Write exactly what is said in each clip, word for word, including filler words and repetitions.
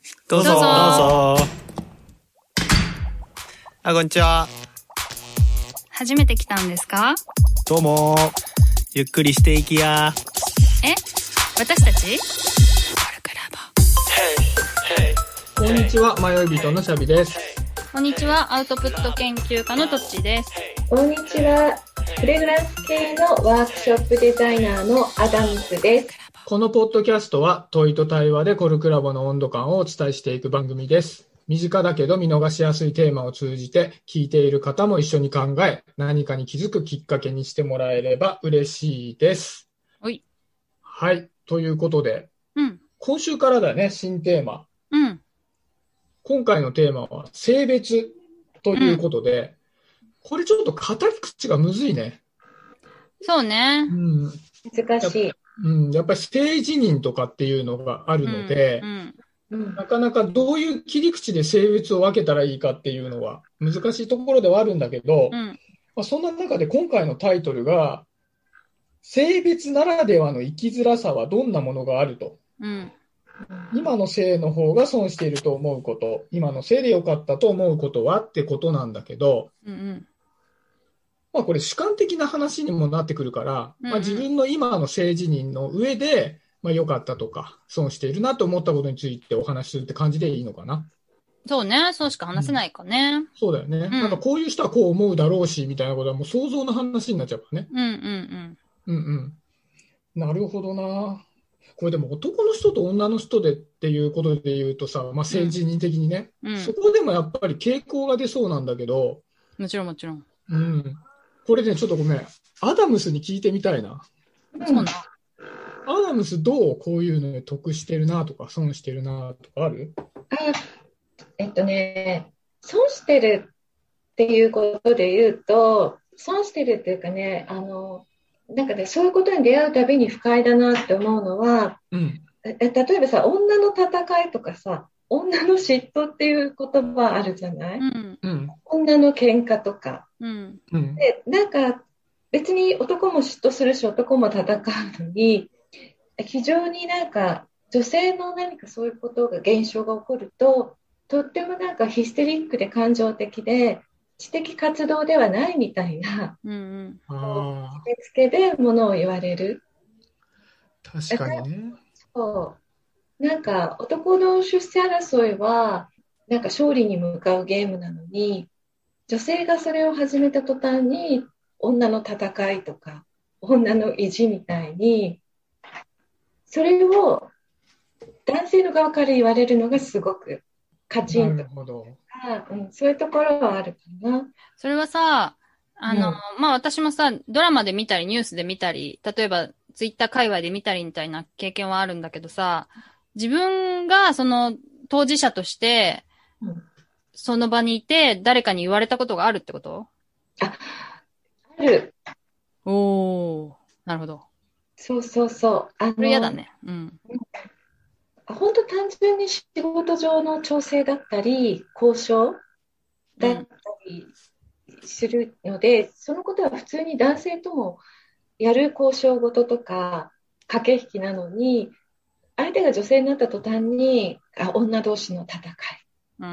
どうぞ。どうぞ。あ、こんにちは。 初めて来たんですか？ どうも。ゆっくりしていきや。 え？私たち？ こんにちは、迷い人のシャビです。 こんにちは、アウトプット研究家のトッチーです。 こんにちは、フレグランス系のワークショップデザイナーのアダムスです。 このポッドキャストは問いと対話でコルクラボの温度感をお伝えしていく番組です。身近だけど見逃しやすいテーマを通じて聞いている方も一緒に考え、何かに気づくきっかけにしてもらえれば嬉しいです。 はい。 はい。ということで、 うん、 今週からだね、新テーマ。 うん、 今回のテーマは性別ということで、うん、これちょっと語り口がむずいね。 そうね。 うん、 難しい。 うん、やっぱり性自認とかっていうのがあるので、 うんうん、 なかなかどういう切り口で性別を分けたらいいかっていうのは難しいところではあるんだけど、 うんまあ、そんな中で今回のタイトルが性別ならではの生きづらさはどんなものがあると、 うん、 今の性の方が損していると思うこと、今の性で良かったと思うことはってことなんだけど、 うんうんまあ、これ主観的な話にもなってくるから、まあ、自分の今の性自認の上で、まあ、良かったとか損しているなと思ったことについてお話しするって感じでいいのかな。 そうね。そうしか話せないかね。うん、 そうだよね、うん。なんかこういう人はこう思うだろうしみたいなことはもう想像の話になっちゃうからね。 うんうんうん。 うんうん。なるほどな。これでも男の人と女の人でっていうことで言うとさ、まあ、性自認的にね、うん、そこでもやっぱり傾向が出そうなんだけど。 もちろんもちろん。 うん。これね、ちょっとごめん。アダムスに聞いてみたいな。 そうな。 アダムスどうこういうので得してるなとか損してるなとかある？ あ、えっとね、損してるっていうことで言うと、損してるっていうかね、あの、なんかね、そういうことに出会うたびに不快だなって思うのは、うん、え例えばさ、女の戦いとかさ、女の嫉妬っていう言葉あるじゃない？うんうん、女の喧嘩とか、うん、でなんか別に男も嫉妬するし男も戦うのに非常になんか女性の何かそういうことが現象が起こるととってもなんかヒステリックで感情的で知的活動ではないみたいな、うんうん、決めつけでものを言われる。 確かにね。 そうなんか男の出世争いはなんか勝利に向かうゲームなのに女性がそれを始めた途端に女の戦いとか女の意地みたいにそれを男性の側から言われるのがすごくカチンとなるほど、 うん、そういうところはあるかな。 それはさあの、うん、まあ私もさドラマで見たりニュースで見たり例えばツイッター界隈で見たりみたいな経験はあるんだけどさ自分がその当事者として、うん、その場にいて誰かに言われたことがあるってこと？ あ、ある。 おー、なるほど。 そうそうそう。あの、 これ嫌だね。うん。 本当単純に仕事上の調整だったり、交渉だったりするので、うん、そのことは普通に男性ともやる交渉事とか駆け引きなのに、相手が女性になった途端にあ女同士の戦い、 うん、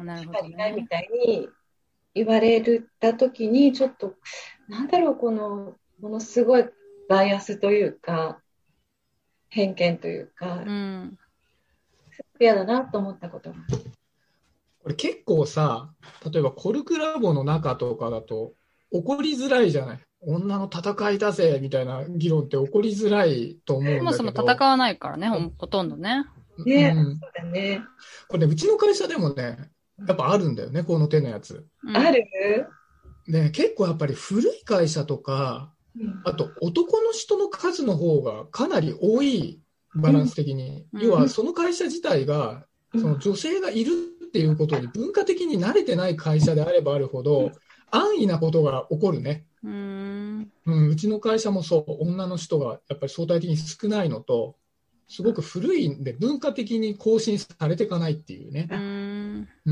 なるほどね、 みたいに言われたときにちょっとなんだろうこのものすごいバイアスというか偏見というか、うん、嫌だなと思ったことがある。 これ結構さ、例えばコルクラボの中とかだと起こりづらいじゃない。女の戦いだぜみたいな議論って起こりづらいと思うんだけど。 そもそも戦わないからね、ほとんどね。 ね、うん、そうだね。 これね、うちの会社でもね、やっぱあるんだよね、この手のやつ。 うん、ある？ ね、結構やっぱり古い会社とか、うん、あと男の人の数の方がかなり多い、バランス的に。うん、要はその会社自体が、うん、その女性がいるっていうことに文化的に慣れてない会社であればあるほど、安易なことが起こるね。うーん、うん、うちの会社もそう、女の人がやっぱり相対的に少ないのと、すごく古いんで文化的に更新されていかないっていうね。うーん、 うん、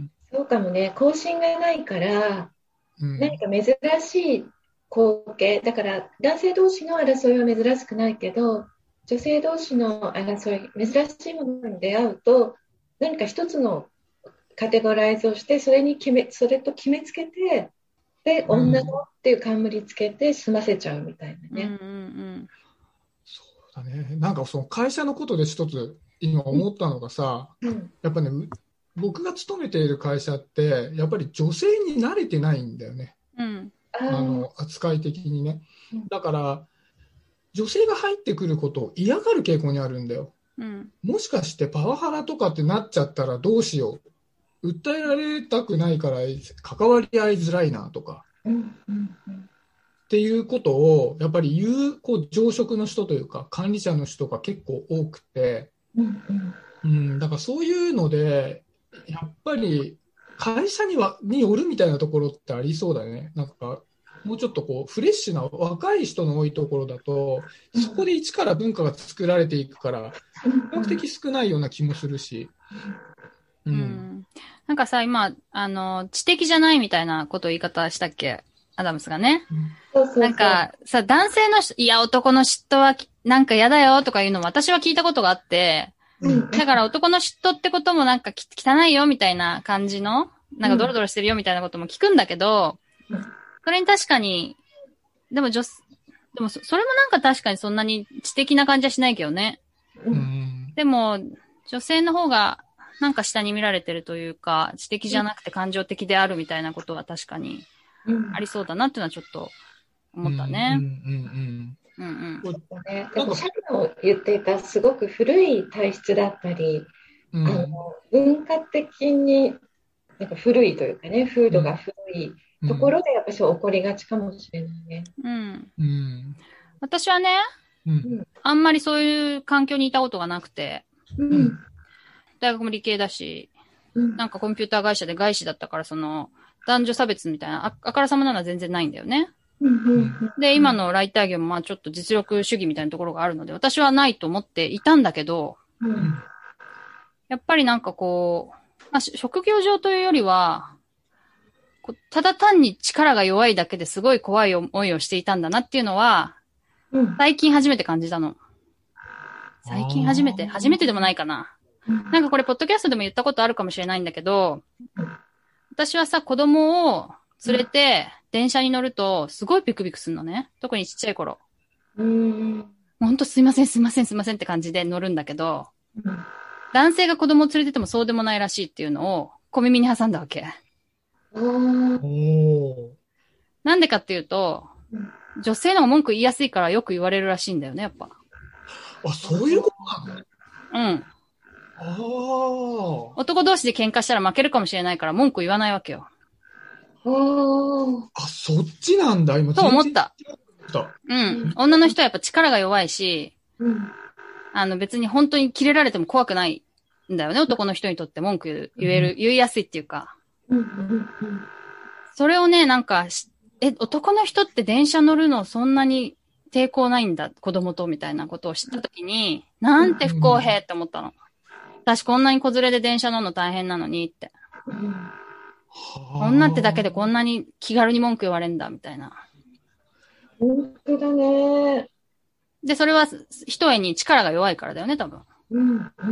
そうかもね。更新がないから、うん、何か珍しい光景だから男性同士の争いは珍しくないけど女性同士の争い珍しいものに出会うと何か一つのカテゴライズをして、それに決め、それと決めつけて、で、女のっていう冠つけて済ませちゃうみたいなね。 うんうん、 そうだね。なんかその会社のことで一つ今思ったのがさ、うん、やっぱね、僕が勤めている会社って、やっぱり女性に慣れてないんだよね。 うん、 あの、扱い的にね。だから、女性が入ってくることを嫌がる傾向にあるんだよ。 うん、 もしかしてパワハラとかってなっちゃったらどうしよう。訴えられたくないから関わり合いづらいなとか。 うんうんうん、 っていうことをやっぱり言う、こう上職の人というか管理者の人が結構多くて、 うんうんうん、だからそういうのでやっぱり会社にはによるみたいなところってありそうだね。なんかもうちょっとこうフレッシュな若い人の多いところだと、そこで一から文化が作られていくから比較的少ないような気もするし、 うんうん、なんかさ、今あの知的じゃないみたいなことを言い方したっけ、アダムスがね。 そうそうそう、 なんかさ、男性のいや男の嫉妬はなんか嫌だよとかいうのも私は聞いたことがあって、うん、だから男の嫉妬ってこともなんか汚いよみたいな感じの、なんかドロドロしてるよみたいなことも聞くんだけど、うん、それに確かに、でも女、でもそ、それもなんか確かにそんなに知的な感じはしないけどね。 うん、 でも、女性の方がなんか下に見られてるというか、知的じゃなくて感情的であるみたいなことは確かにありそうだなっていうのはちょっと思ったね。 うんうんうんうんうん。ね、でも、シャクの言っていたすごく古い体質だったり、うん、あの文化的になんか古いというかね、風土が古いところでやっぱりそう起こりがちかもしれないね。 うん。 うん、 私はね、うん、あんまりそういう環境にいたことがなくて、 うん、 大学も理系だし、 うん、 なんかコンピューター会社で外資だったから、その男女差別みたいな あ, あからさまなのは全然ないんだよね。で、今のライター業もまあちょっと実力主義みたいなところがあるので、私はないと思っていたんだけど、 うん、 やっぱりなんかこう、まあ、職業上というよりは、ただ単に力が弱いだけですごい怖い思いをしていたんだなっていうのは、うん、最近初めて感じたの。最近初めて初めてでもないかな。なんかこれポッドキャストでも言ったことあるかもしれないんだけど、私はさ、子供を連れて電車に乗るとすごいビクビクするのね。特にちっちゃい頃。 うーん。 ほんとすいませんすいませんすいませんって感じで乗るんだけど、うん、男性が子供を連れててもそうでもないらしいっていうのを小耳に挟んだわけ。 おなんでかっていうと、女性の方が文句言いやすいからよく言われるらしいんだよね、やっぱ。 あ、そういうことなの？ うん。 ああ。 男同士で喧嘩したら負けるかもしれないから文句言わないわけよ。 あ、そっちなんだ、今。 と思った。うん。女の人はやっぱ力が弱いし、 うん、 あの別に本当にキレられても怖くないんだよね、男の人にとって文句言える、うん、言いやすいっていうか。 うんうんうん、 それをね、なんか、え、男の人って電車乗るのそんなに抵抗ないんだ、子供とみたいなことを知ったときに、なんて不公平って思ったの。私こんなに子連れで電車乗るの大変なのにって。 うん、 女ってだけでこんなに気軽に文句言われるんだ、みたいな。 本当だね。 で、それは一重に力が弱いからだよね、多分。 うんうんうん、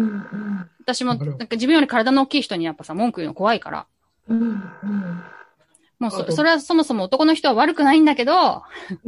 私も、なんか自分より体の大きい人にやっぱさ、文句言うの怖いから。 うんうん、 もうそ、それはそもそも男の人は悪くないんだけど、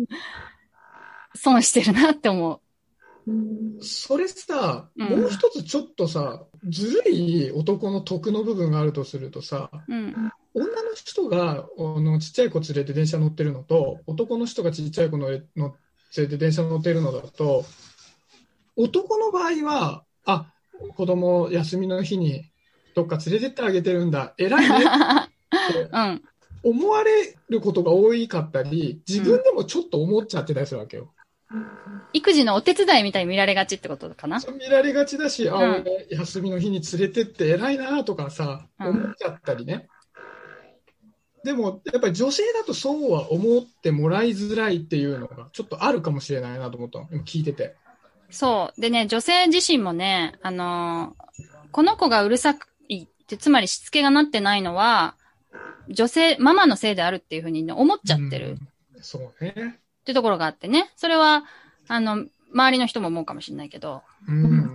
損してるなって思う。 それさ、うん、もう一つちょっとさ、ずるい男の得の部分があるとするとさ、 うん、 女の人があのちっちゃい子連れて電車乗ってるのと、男の人がちっちゃい子の連れて電車乗ってるのだと、男の場合は、あ、子供休みの日にどっか連れてってあげてるんだ、偉いねって思われることが多いかったり、自分でもちょっと思っちゃってたりするわけよ。 育児のお手伝いみたいに見られがちってことかな。 見られがちだし、あ、うん、俺休みの日に連れてって偉いなとかさ、思っちゃったりね。うん、でもやっぱり女性だとそうは思ってもらいづらいっていうのがちょっとあるかもしれないなと思ったの、今聞いてて。 そう。でね、女性自身もね、あのー、この子がうるさいって、つまりしつけがなってないのは、女性、ママのせいであるっていうふうに、ね、思っちゃってる。 うん、そうね。 ってところがあってね。それは、あの、周りの人も思うかもしれないけど。 うん、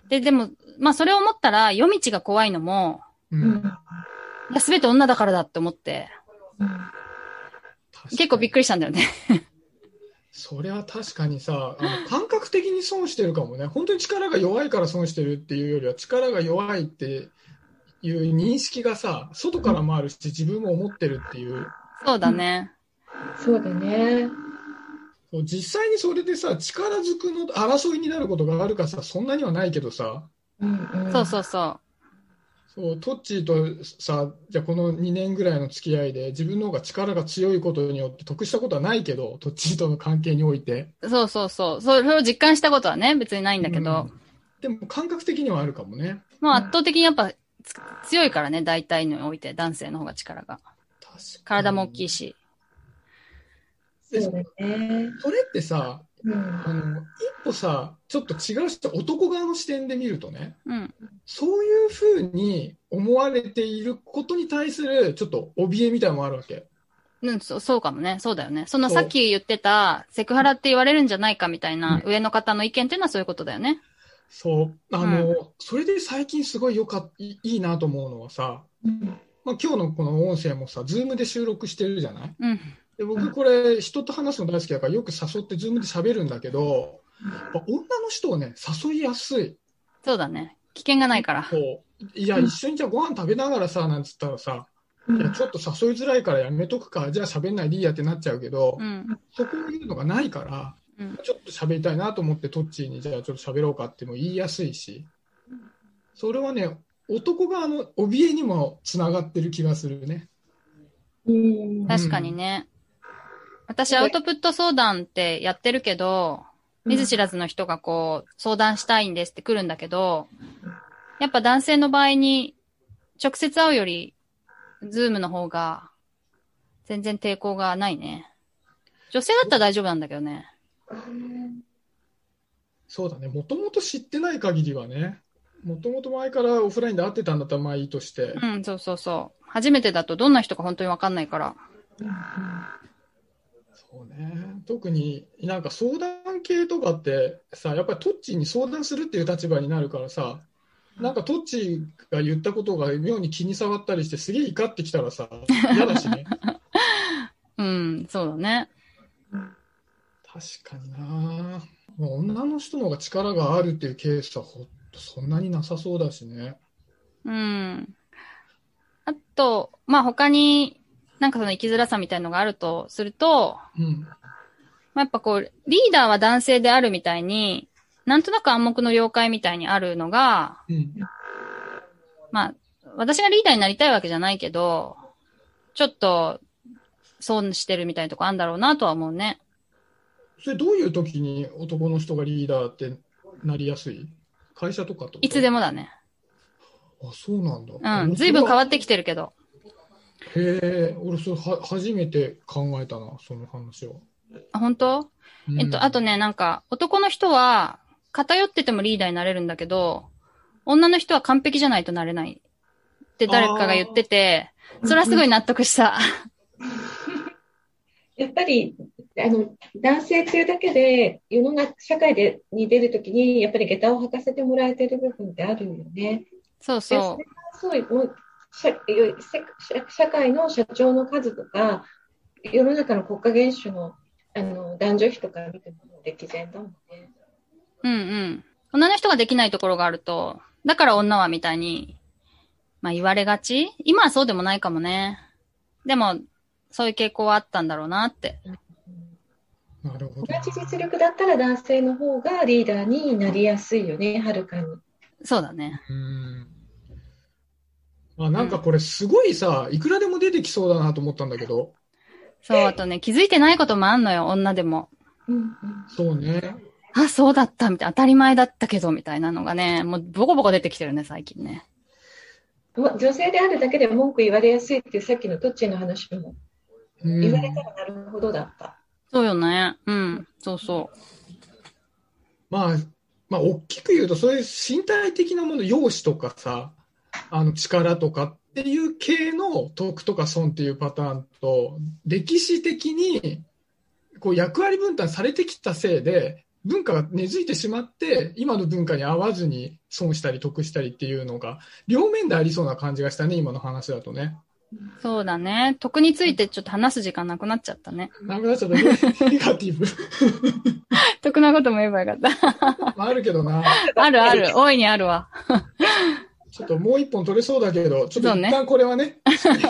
で、でも、まあそれを思ったら夜道が怖いのも、 うん。 うんいや、すべて女だからだって思って、 うん結構びっくりしたんだよね。 それは確かにさ、あの感覚的に損してるかもね。本当に力が弱いから損してるっていうよりは、力が弱いっていう認識がさ、外からもあるし、自分も思ってるっていう。 そうだね。 そうだね。 そう実際にそれでさ、力ずくの争いになることがあるかさ、そんなにはないけどさ、 うんうん、 そうそうそそうトッチーとさ、じゃあこのにねんぐらいの付き合いで、自分の方が力が強いことによって得したことはないけど、トッチーとの関係において。 う。そうそうそう。それを実感したことはね、別にないんだけど、 うんでも感覚的にはあるかもね。 もう圧倒的にやっぱつ強いからね、大体において、男性の方が力が。 確かに体も大きいし。 そうだね。 それってさ、 うんあの一歩さ、ちょっと違う人、男側の視点で見るとね、 うん。 そういうふうに思われていることに対するちょっと怯えみたいなのもあるわけ。 うん、そう、そうかもね。そうだよね。そのそうさっき言ってた、セクハラって言われるんじゃないかみたいな上の方の意見っていうのはそういうことだよね。 そうあの、 うそれで最近すごいよかっいいいなと思うのはさ、 うんまあ、今日のこの音声もさ、ズームで収録してるじゃないうん。 で僕これ人と話すの大好きだからよく誘ってズームで喋るんだけど、やっぱ女の人をね、誘いやすい。 そうだね。危険がないから。 こういや、一緒にじゃあご飯食べながらさ、なんつったらさ、 うんいや、ちょっと誘いづらいからやめとくか、じゃあ喋んないでいいやってなっちゃうけど、 うん。 そこいうのがないから、 うん。 ちょっと喋りたいなと思ってトッチーにじゃあちょっと喋ろうかっても言いやすいし、それはね、男側の怯えにもつながってる気がするね。 うん確かにね。私、アウトプット相談ってやってるけど、見ず知らずの人がこう、相談したいんですって来るんだけど、やっぱ男性の場合に、直接会うより、ズームの方が、全然抵抗がないね。女性だったら大丈夫なんだけどね。 そうだね、もともと知ってない限りはね、もともと前からオフラインで会ってたんだったらまあいいとして、 うん、そうそうそう。初めてだとどんな人か本当にわかんないから。 そうね、特になんか相談系とかってさ、やっぱりトッチーに相談するっていう立場になるからさ、なんかトッチーが言ったことが妙に気に障ったりして、すげえ怒ってきたらさ、嫌だしね。 うん、そうだね。 確かにな。もう女の人の方が力があるっていうケースはほんとそんなになさそうだしね。 うん。あと、まあ他に、なんかその生きづらさみたいのがあるとすると、 うん。 まあ、やっぱこう、リーダーは男性であるみたいに、なんとなく暗黙の了解みたいにあるのが、 うん。 まあ、私がリーダーになりたいわけじゃないけど、ちょっと、損してるみたいなとこあるんだろうなとは思うね。 それどういう時に男の人がリーダーってなりやすい？会社とかといつでも。 もだね。 あ、そうなんだ。 うん。ずいぶん変わってきて。 てるけど。 へえ、俺それは初めて考えたな、その話を。 あ、本当？ うんえっと、あとね、なんか、男の人は、偏っててもリーダーになれるんだけど、女の人は完璧じゃないとなれないって誰かが言ってて、それはすごい納得した。 やっぱりあの男性というだけで世の中社会でに出るときにやっぱり下駄を履かせてもらえてる部分ってあるよね。 そうそでそれがそうもう社社社会の社長の数とか世の中の国家元首のあの男女比とか見ても歴然だもんね。 う。うんうん。女の人ができないところがあると、だから女はみたいに、まあ言われがち？今はそうでもないかもね。でも、そういう傾向はあったんだろうなって。 なるほど。 同じ実力だったら男性の方がリーダーになりやすいよね、はるかに。 そうだね。 うんあ、なんかこれすごいさ、いくらでも出てきそうだなと思ったんだけど。 そう、あとね、気づいてないこともあんのよ、女でも。 うんうんそうね。 あ、そうだった、みたいな、当たり前だったけど、みたいなのがね、もうボコボコ出てきてるね、最近ね。 女性であるだけで文句言われやすいっていうさっきのトッチーの話もうん言われたらなるほどだった。 そうよね。うん、そうそまあ、まあ、大きく言うと、そういう身体的なもの、容姿とかさ、あの力とかっていう系の得とか損っていうパターンと、歴史的にこう役割分担されてきたせいで、 文化が根付いてしまって、今の文化に合わずに損したり得したりっていうのが、両面でありそうな感じがしたね、今の話だとね。 そうだね。得についてちょっと話す時間なくなっちゃったね。 なくなっちゃったね。ネガティブ。 得なことも言えばよかった。 まあ、あるけどな。 あるある。大いにあるわ。 ちょっともう一本取れそうだけど、ちょっと一旦これはね。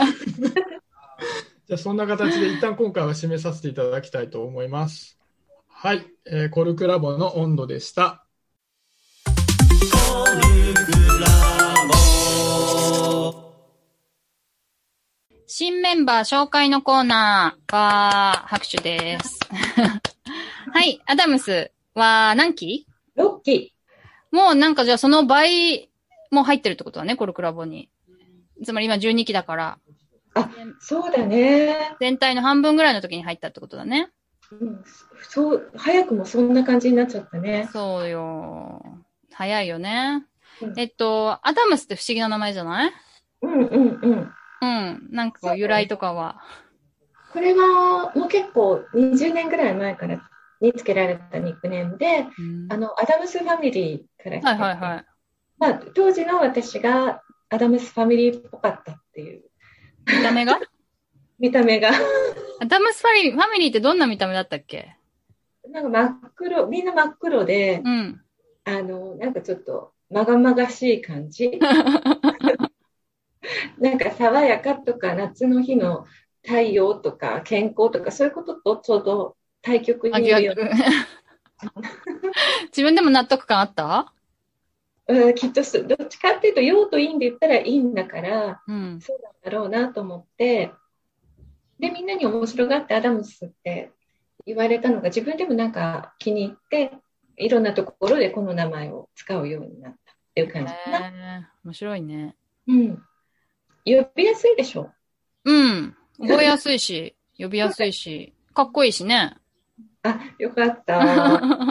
じゃあそんな形で一旦今回は締めさせていただきたいと思います。はい、えー、コルクラボの温度でした。コルクラボ新メンバー紹介のコーナーは拍手です。はい、アダムスは何期 ? ろっ 期。 もうなんかじゃあその倍も入ってるってことだね、コルクラボに。つまり今じゅうにきだから。 あ、そうだね。 全体の半分ぐらいの時に入ったってことだね。 うん、そう、早くもそんな感じになっちゃったね。 そうよ。早いよね。 うん、 えっと、アダムスって不思議な名前じゃない？ うんうんうん。 うん。なんか由来とかは。 これはもう結構にじゅうねんぐらい前からにつけられたニックネームで、うん、あの、アダムスファミリーから来て、 はいはいはい。 まあ、当時の私がアダムスファミリーっぽかったっていう。 見た目が見た目が。 アダムスファミリー、ファミリーってどんな見た目だったっけ？なんか真っ黒、みんな真っ黒で、 うん、 あの、なんかちょっとまがまがしい感じ。なんか爽やかとか夏の日の太陽とか健康とかそういうこととちょうど対極にいるような。 自分でも納得感あった？ うん、きっとどっちかっていうと陽と陰で言ったら陰だから、 うん、 そうなんだろうなと思ってでみんなに面白がってアダムスって言われたのが自分でもなんか気に入っていろんなところでこの名前を使うようになったっていう感じかな。 へー、面白いね。 うん。呼びやすいでしょ？ うん。覚えやすいし、呼びやすいし、かっこいいしね。 あ、よかった。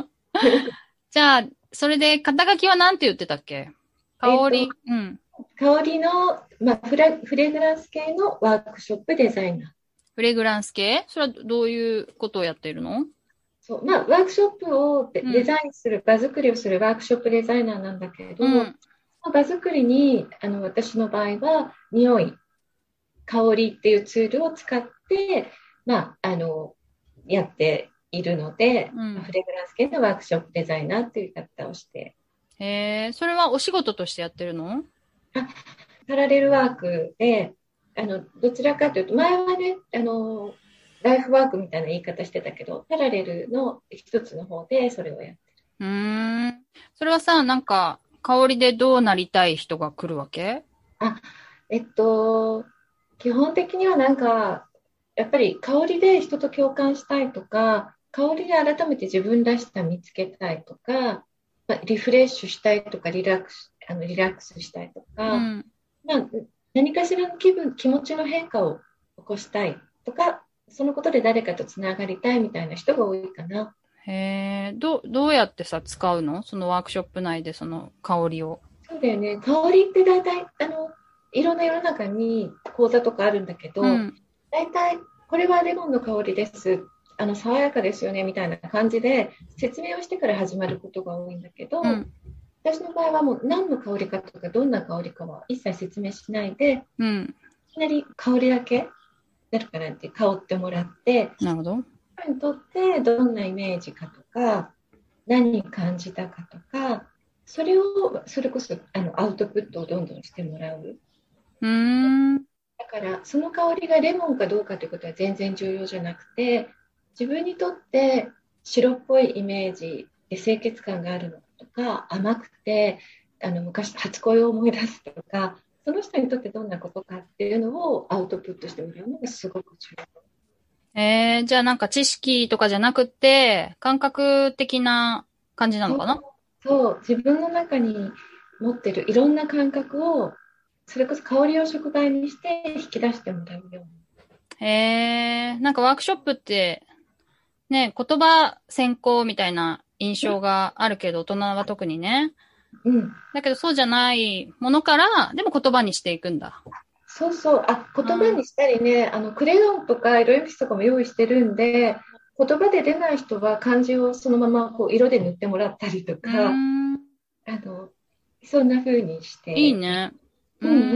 じゃあ、それで肩書きは何て言ってたっけ？香り、 えっと、 うん。 香りの、まあフレ、フレグランス系のワークショップデザイナー。 フレグランス系？それはどういうことをやっているの？ そう、まあ、ワークショップをデザインする、うん、場作りをするワークショップデザイナーなんだけれど、うん、場作りにあの私の場合は匂い、香りっていうツールを使って、まあ、あのやっているので、うん、フレグランス系のワークショップデザイナーという言い方をして。 へー、それはお仕事としてやってるの？ あ、パラレルワークで、あのどちらかというと前はね、あのライフワークみたいな言い方してたけど、パラレルの一つの方でそれをやってる。 うーん。それはさ、なんか香りでどうなりたい人が来るわけ？ あ、えっと基本的にはなんかやっぱり香りで人と共感したいとか、香りで改めて自分らしさ見つけたいとか、まあ、リフレッシュしたいとかリラックスあのリラックスしたいとか、うん、まあ、何かしらの気分気持ちの変化を起こしたいとか、そのことで誰かとつながりたいみたいな人が多いかな。 へー、どどうやってさ使うの？そのワークショップ内でその香りを。 そうだよね。香りって大体あのいろんな世の中に講座とかあるんだけど、うん、大体これはレモンの香りです。あの爽やかですよねみたいな感じで説明をしてから始まることが多いんだけど、うん、私の場合はもう何の香りかとかどんな香りかは一切説明しないで、 うん、 いきなり香りだけなるかなって香ってもらって、 なるほど。 彼にとってどんなイメージかとか何に感じたかとか、それをそれこそあのアウトプットをどんどんしてもらう。 うーん。 だからその香りがレモンかどうかということは全然重要じゃなくて、自分にとって白っぽいイメージで清潔感があるのとか、甘くてあの昔初恋を思い出すとか、その人にとってどんなことかっていうのをアウトプットしてもらうのがすごく重要。 えー、じゃあなんか知識とかじゃなくて感覚的な感じなのかな？ そう、そう、自分の中に持ってるいろんな感覚をそれこそ香りを触媒にして引き出してもらうように。へー、なんかワークショップってね、言葉先行みたいな印象があるけど、大人は特にね。 うん。 だけどそうじゃないものから、でも言葉にしていくんだ。 そうそう。あ、言葉にしたりね、あの、クレヨンとか色鉛筆とかも用意してるんで、 言葉で出ない人は漢字をそのままこう色で塗ってもらったりとか、あのそんな風にして。 いいね。うんうん。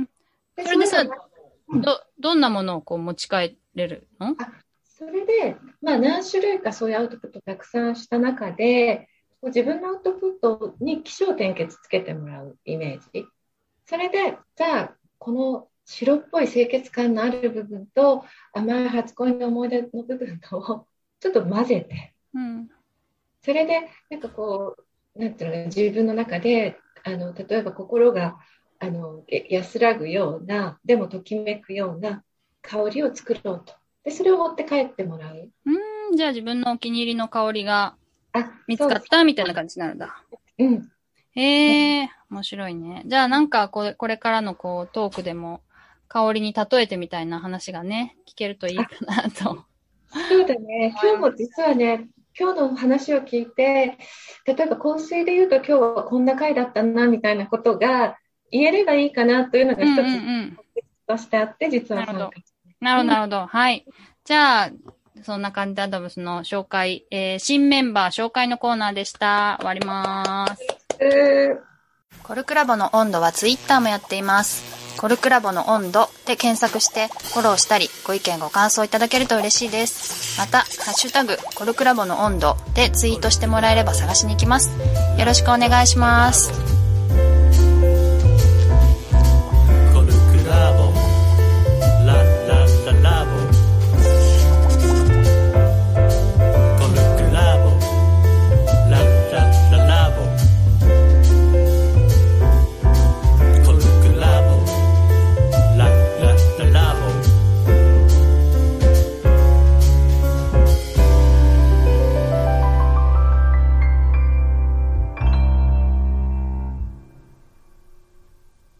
それでさ、ど、どんなものをこう持ち帰れるの？あ、 それで、まあ何種類かそういうアウトプットをたくさんした中で、自分のアウトプットに起承転結つけてもらうイメージ。それで、じゃあ、この白っぽい清潔感のある部分と甘い初恋の思い出の部分とちょっと混ぜて、うん、それで、なんかこう、なんていうのかな、自分の中で、あの、例えば心が、あの、安らぐような、でもときめくような香りを作ろうと。で、それを持って帰ってもらう。 うん、じゃあ自分のお気に入りの香りが見つかったみたいな感じになるんだ。うん。へえ、面白いね。じゃあなんかこれ、これからのこうトークでも香りに例えてみたいな話がね、聞けるといいかなと。 そうだね。今日も実はね、今日の話を聞いて、例えば香水で言うと今日はこんな回だったなみたいなことが言えればいいかなというのが一つ、うんうんうん、としてあって、実はなるほど。なるほど、なるほど。はい。じゃあ、そんな感じでアドブスの紹介、えー、新メンバー紹介のコーナーでした。終わりまーす。えー、コルクラボの温度はツイッターもやっています。コルクラボの温度で検索してフォローしたりご意見ご感想いただけると嬉しいです。またハッシュタグコルクラボの温度でツイートしてもらえれば探しに行きます。よろしくお願いします。